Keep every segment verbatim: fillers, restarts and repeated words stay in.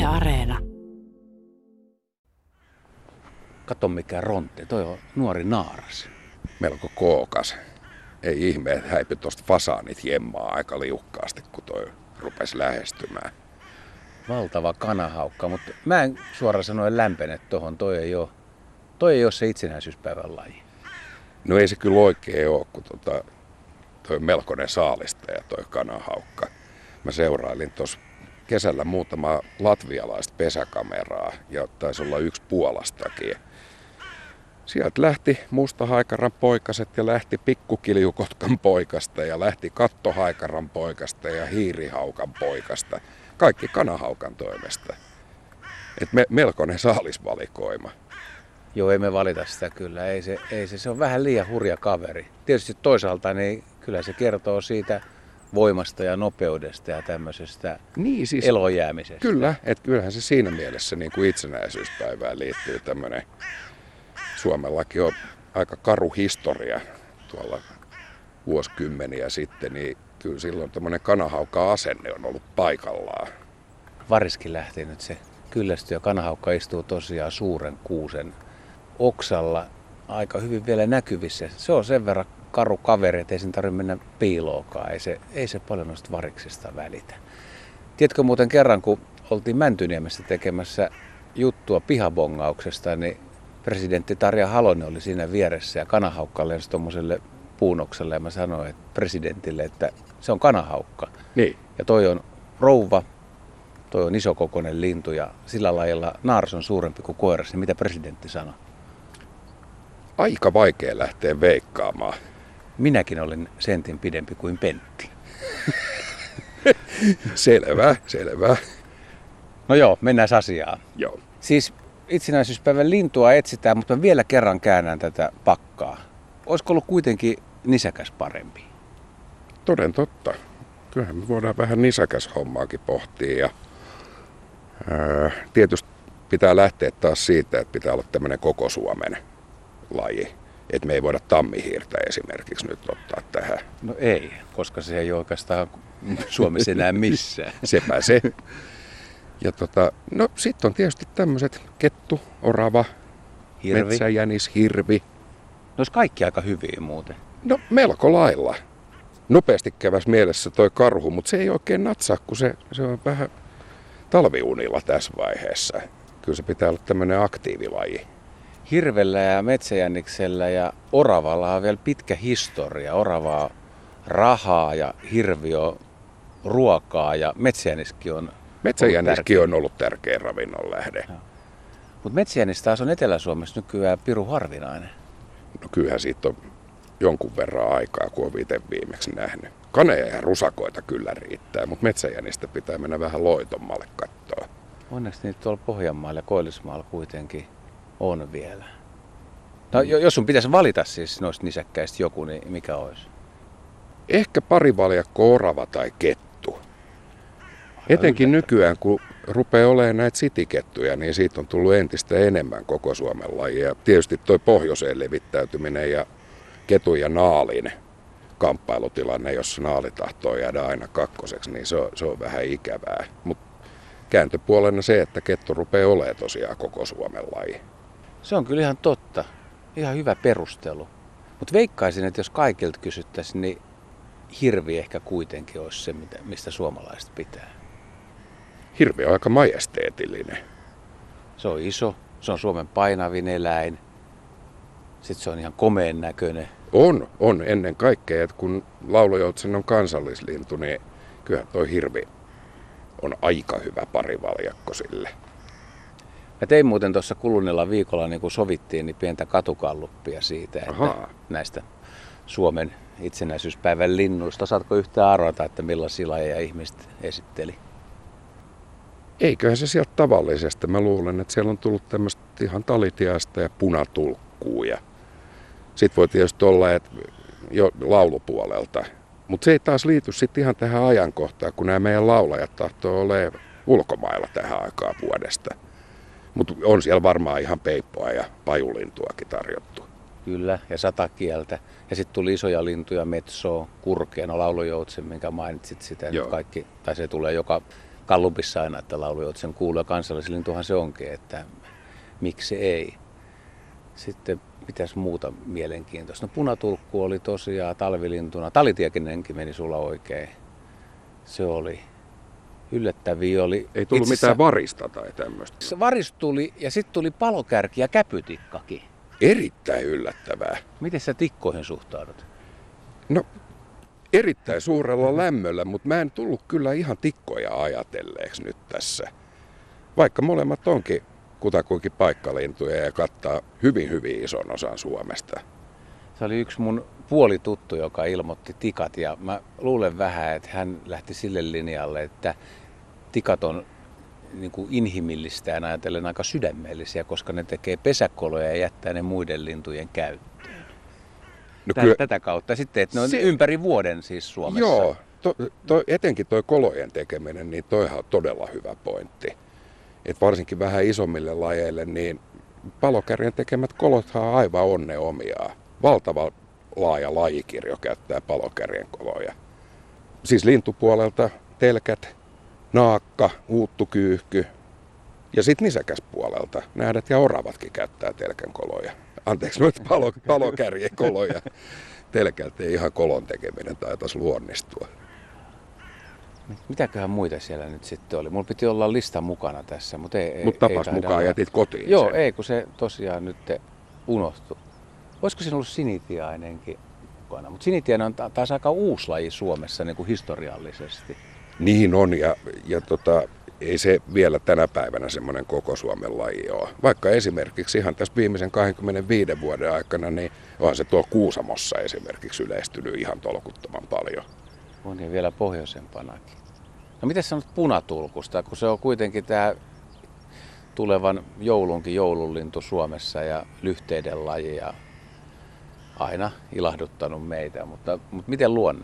Areena. Kato mikä rontti, toi on nuori naaras. Melko kookas. Ei ihme, että häipy tosta fasaanit jemmaa aika liukkaasti, kun toi rupesi lähestymään. Valtava kanahaukka, mutta mä en suoraan sanoen lämpene tohon. Toi ei oo, toi ei oo se itsenäisyyspäivän laji. No ei se kyllä oikein oo, kun tota, toi on melkoinen saalistaja toi kanahaukka. Mä seurailin tuossa kesällä muutama latvialaista pesäkameraa ja taisi olla yksi Puolastakin. Sieltä lähti mustahaikaran poikaset ja lähti pikkukiljukotkan poikasta ja lähti kattohaikaran poikasta ja hiirihaukan poikasta. Kaikki kanahaukan toimesta. Et me, melkoinen saalisvalikoima. Joo, ei me valita sitä kyllä. Ei se, ei se, se on vähän liian hurja kaveri. Tietysti toisaalta niin kyllä se kertoo siitä voimasta ja nopeudesta ja tämmöisestä niin, siis, elojäämisestä. Kyllä, että kyllähän se siinä mielessä niin kuin itsenäisyyspäivään liittyy tämmöinen. Suomellakin on aika karu historia tuolla vuosikymmeniä sitten, niin kyllä silloin tämmöinen kanahaukka asenne on ollut paikallaan. Variskin lähti nyt se kyllästyy ja kanahaukka istuu tosiaan suuren kuusen oksalla aika hyvin vielä näkyvissä. Se on sen verran karu kaveri, että ei sen tarvitse mennä piilookaan. Ei se, ei se paljon noista variksista välitä. Tiedätkö muuten kerran, kun oltiin Mäntyniemessä tekemässä juttua pihabongauksesta, niin presidentti Tarja Halonen oli siinä vieressä ja kanahaukka lensi tuommoiselle puunokselle ja mä sanoin että presidentille, että se on kanahaukka. Niin. Ja toi on rouva, toi on isokokoinen lintu ja sillä lailla naaras on suurempi kuin koiras. Niin mitä presidentti sanoi? Aika vaikea lähteä veikkaamaan. Minäkin olin sentin pidempi kuin Pentti. Selvä, selvä. No joo, mennään asiaan. Joo. Siis itsenäisyyspäivän lintua etsitään, mutta mä vielä kerran käännän tätä pakkaa. Olisiko ollut kuitenkin nisäkäs parempi? Toden totta. Kyllähän me voidaan vähän nisäkäs hommaakin pohtia. Ja, ää, tietysti pitää lähteä taas siitä, että pitää olla tämmöinen koko Suomen laji. Että me ei voida tammihiirtä esimerkiksi nyt ottaa tähän. No ei, koska se ei ole oikeastaan Suomessa enää missään. Sepä se. Ja tota, no sitten on tietysti tämmöiset kettu, orava, Hirvi. metsäjänis, hirvi. Ne olisi kaikki aika hyviä muuten. No melko lailla. Nopeasti käväs mielessä toi karhu, mutta se ei oikein natsaa, kun se, se on vähän talviunilla tässä vaiheessa. Kyllä se pitää olla tämmöinen aktiivilaji. Hirvellä ja metsäjänniksellä ja oravalla on vielä pitkä historia. Orava on rahaa ja hirvi on ruokaa ja metsäjänniskin on Metsäjänniskin on ollut tärkeä ravinnon lähde. Mutta metsäjännis taas on Etelä-Suomessa nykyään pirun harvinainen. No kyllähän siitä on jonkun verran aikaa, kun on itse viimeksi nähnyt. Kaneja ja rusakoita kyllä riittää, mutta metsäjänistä pitää mennä vähän loitommalle katsoa. Onneksi niitä tuolla Pohjanmaalla ja Koillismaalla kuitenkin on vielä. No, jos sun pitäisi valita siis noista nisäkkäistä joku, niin mikä olisi? Ehkä parivaljakko, orava tai kettu. Etenkin nykyään, kun rupeaa olemaan näitä sitikettuja, niin siitä on tullut entistä enemmän koko Suomen lajia. Tietysti toi pohjoiseen levittäytyminen ja ketun ja naalin kamppailutilanne, jossa naali tahtoo jäädä aina kakkoseksi, niin se on, se on vähän ikävää. Mutta kääntöpuolena se, että kettu rupeaa olemaan tosiaan koko Suomen laji. Se on kyllä ihan totta. Ihan hyvä perustelu. Mutta veikkaisin, että jos kaikilta kysyttäisiin, niin hirvi ehkä kuitenkin olisi se, mistä suomalaiset pitää. Hirvi on aika majesteetillinen. Se on iso, se on Suomen painavin eläin. Sitten se on ihan komeen näköinen. On, on ennen kaikkea, että kun laulujoutsen on kansallislintu, niin kyllä toi hirvi on aika hyvä parivaljakko sille. Mä tein muuten tuossa kuluneella viikolla, niin kuin sovittiin, niin pientä katukalluppia siitä, että Ahaa. näistä Suomen itsenäisyyspäivän linnuista. Osaatko yhtään arvata, että millaisia lajeja ihmiset esitteli? Eiköhän se sieltä tavallisesta. Mä luulen, että siellä on tullut tämmöistä ihan talitiaista ja punatulkkuu. Ja sit voi tietysti olla, että jo laulupuolelta. Mutta se ei taas liity sitten ihan tähän ajankohtaan, kun nämä meidän laulajat tahtoo olemaan ulkomailla tähän aikaan vuodesta. Mutta on siellä varmaan ihan peippoa ja pajulintuakin tarjottu. Kyllä, ja satakieltä. Ja sitten tuli isoja lintuja, metsoa, kurkeena, laulujoutsen, minkä mainitsit sitä. Kaikki, tai se tulee joka Gallupissa aina, että laulujout sen kuuluu ja kansallislintuhan se onkin, että miksi ei. Sitten mitäs muuta mielenkiintoista? No punatulkku oli tosiaan talvilintuna. Talitiekinenkin meni sulla oikein. Se oli yllättäviä. Oli Ei tullut itse mitään varista tai tämmöistä. Varis tuli ja sitten tuli palokärki ja käpytikkakin. Erittäin yllättävää. Miten sä tikkoihin suhtaudut? No, erittäin suurella lämmöllä, mutta mä en tullut kyllä ihan tikkoja ajatelleeksi nyt tässä. Vaikka molemmat onkin kutakuinkin paikkalintuja ja kattaa hyvin hyvin ison osan Suomesta. Se oli yksi mun puolituttu, joka ilmoitti tikat ja mä luulen vähän, että hän lähti sille linjalle, että tikat on niin kuin inhimillistään ajatellen aika sydämellisiä, koska ne tekee pesäkoloja ja jättää ne muiden lintujen käyttöön. No Tä, kyllä, tätä kautta sitten, että ne on se, ympäri vuoden siis Suomessa. Joo, to, to, etenkin toi kolojen tekeminen, niin toihan on todella hyvä pointti. Et varsinkin vähän isommille lajeille, niin palokärjen tekemät kolothan on aivan onneomiaan. Valtava laaja lajikirjo käyttää palokärjen koloja. Siis lintupuolelta telkät, naakka, uuttukyyhky ja sitten nisäkäspuolelta näädät ja oravatkin käyttää telkän koloja. Anteeksi, nyt palo, palokärjen koloja. Telkältä ei ihan kolon tekeminen taitaisi luonnistua. Mitäköhän muita siellä nyt sitten oli? Mulla piti olla lista mukana tässä, mutta ei. Mutta ei, tapas ei mukaan olla. jätit kotiin Joo, sen. ei, kun se tosiaan nyt unohtui. Olisiko siinä ollut sinitiainenkin mukana? Mutta sinitiainen on taas aika uusi laji Suomessa niin kuin historiallisesti. Niin on, ja, ja tota, ei se vielä tänä päivänä semmoinen koko Suomen laji ole. Vaikka esimerkiksi ihan tässä viimeisen kaksikymmentäviisi vuoden aikana, niin on se tuolla Kuusamossa esimerkiksi yleistynyt ihan tolkuttoman paljon. On ja vielä pohjoisempanakin. No miten sanot punatulkusta, kun se on kuitenkin tämä tulevan joulunkin joulunlintu Suomessa ja lyhteiden laji ja aina ilahduttanut meitä, mutta, mutta miten luonne?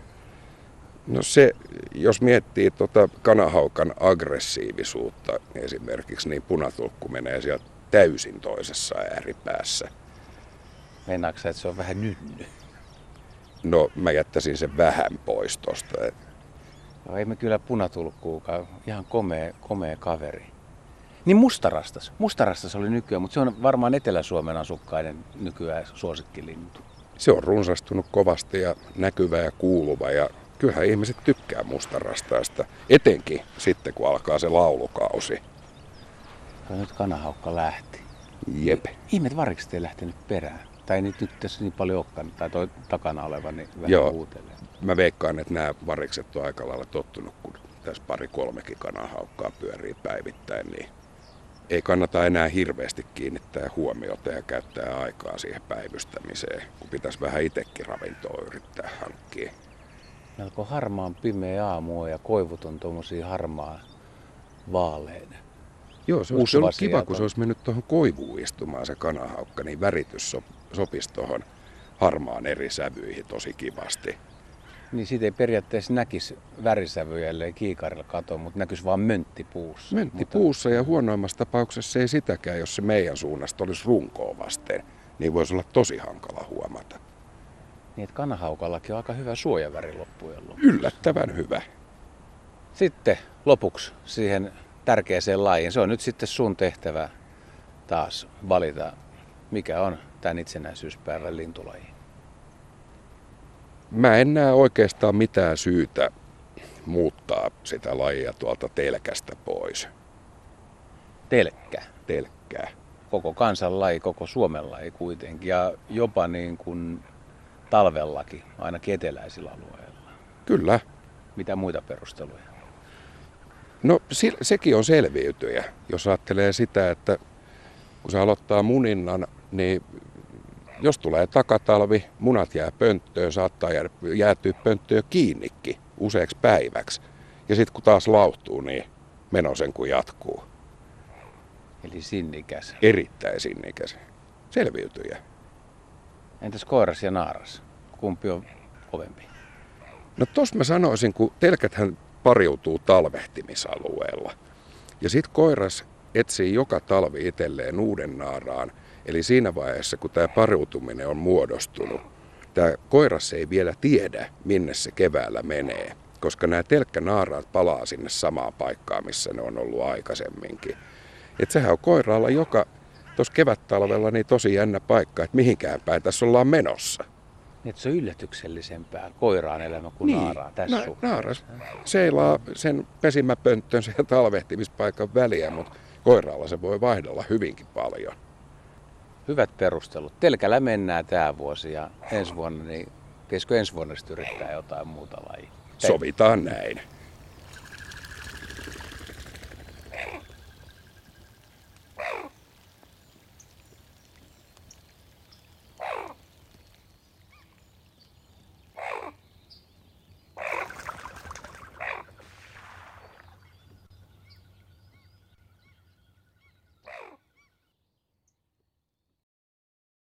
No se, jos miettii tota kanahaukan aggressiivisuutta esimerkiksi, niin punatulkku menee sieltä täysin toisessa ääripäässä. Meinaatko sä, että se on vähän nynny? No mä jättäisin sen vähän pois tosta. Joo, ei me kyllä punatulkkuukaan, ihan komea, komea kaveri. Niin mustarastas. Mustarastas oli nykyään, mutta se on varmaan Etelä-Suomen asukkaiden nykyään suosikkilintu. Se on runsastunut kovasti ja näkyvä ja kuuluva ja kyllähän ihmiset tykkää mustarastaista, etenkin sitten kun alkaa se laulukausi. Ja nyt kanahaukka lähti. Jep. Ihmet varikset ei lähtenyt perään. Tai ei nyt, nyt tässä niin paljon olekaan, tai toi takana oleva, niin vähän Joo. huutelee. Mä veikkaan, että nämä varikset on aika lailla tottunut, kun tässä pari kolmekin kanahaukkaa pyörii päivittäin, niin ei kannata enää hirveästi kiinnittää huomiota ja käyttää aikaa siihen päivystämiseen, kun pitäisi vähän itsekin ravintoa yrittää hankkia. Melko harmaan pimeä aamu ja koivut on tuommoisia harmaa vaaleina. Joo, se olisi ollut Usvasia kiva, kun ton- se olisi mennyt tuohon koivuun istumaan se kanahaukka, niin väritys so- sopisi tuohon harmaan eri sävyihin tosi kivasti. Niin siitä ei periaatteessa näkisi värisävyjä, ellei kiikarilla kato, mutta näkyisi vaan möntti puussa. Möntti Mutta- puussa ja huonoimmassa tapauksessa ei sitäkään, jos se meidän suunnasta olisi runkoa vasten, niin voisi olla tosi hankala huomata. Niin, että kanahaukallakin on aika hyvä suojaväri loppujen lopuksi. Yllättävän hyvä. Sitten lopuksi siihen tärkeäseen lajiin. Se on nyt sitten sun tehtävä taas valita, mikä on tämän itsenäisyyspäivän lintulaji. Mä en näe oikeastaan mitään syytä muuttaa sitä lajia tuolta telkästä pois. Telkkä. Telkkää. Koko kansan laji, koko Suomen laji kuitenkin. Ja jopa niin kuin talvellakin, ainakin eteläisillä alueilla. Kyllä. Mitä muita perusteluja? No se, sekin on selviytyjä, jos ajattelee sitä, että kun se aloittaa muninnan, niin jos tulee takatalvi, munat jää pönttöön, saattaa jäädä, jäätyä pönttöön kiinnikin useaksi päiväksi. Ja sitten kun taas lauhtuu, niin meno sen kun jatkuu. Eli sinnikäs. Erittäin sinnikäs. Selviytyjä. Entäs koiras ja naaras? Kumpi on kovempi? No tos mä sanoisin, kun telkäthän pariutuu talvehtimisalueella. Ja sit koiras etsii joka talvi itselleen uuden naaraan. Eli siinä vaiheessa, kun tämä pariutuminen on muodostunut, tämä koiras ei vielä tiedä, minne se keväällä menee. koska nämä telkkänaaraat palaa sinne samaan paikkaan, missä ne on ollut aikaisemminkin. Et sehän on koiraalla joka tuossa kevättalvella niin tosi jännä paikka, että mihinkään päin tässä ollaan menossa. Niin, että se on yllätyksellisempää koiraan elämä kuin niin, naaraa tässä na- suhteessa. Naaras seilaa sen pesimäpönttönsä ja talvehtimispaikan väliä, mutta koiraalla se voi vaihdella hyvinkin paljon. Hyvät perustelut. Telkällä mennään tämä vuosi ja ensi vuonna, niin pitäisikö ensi vuonna sitten yrittää jotain muuta lajia? Sovitaan näin.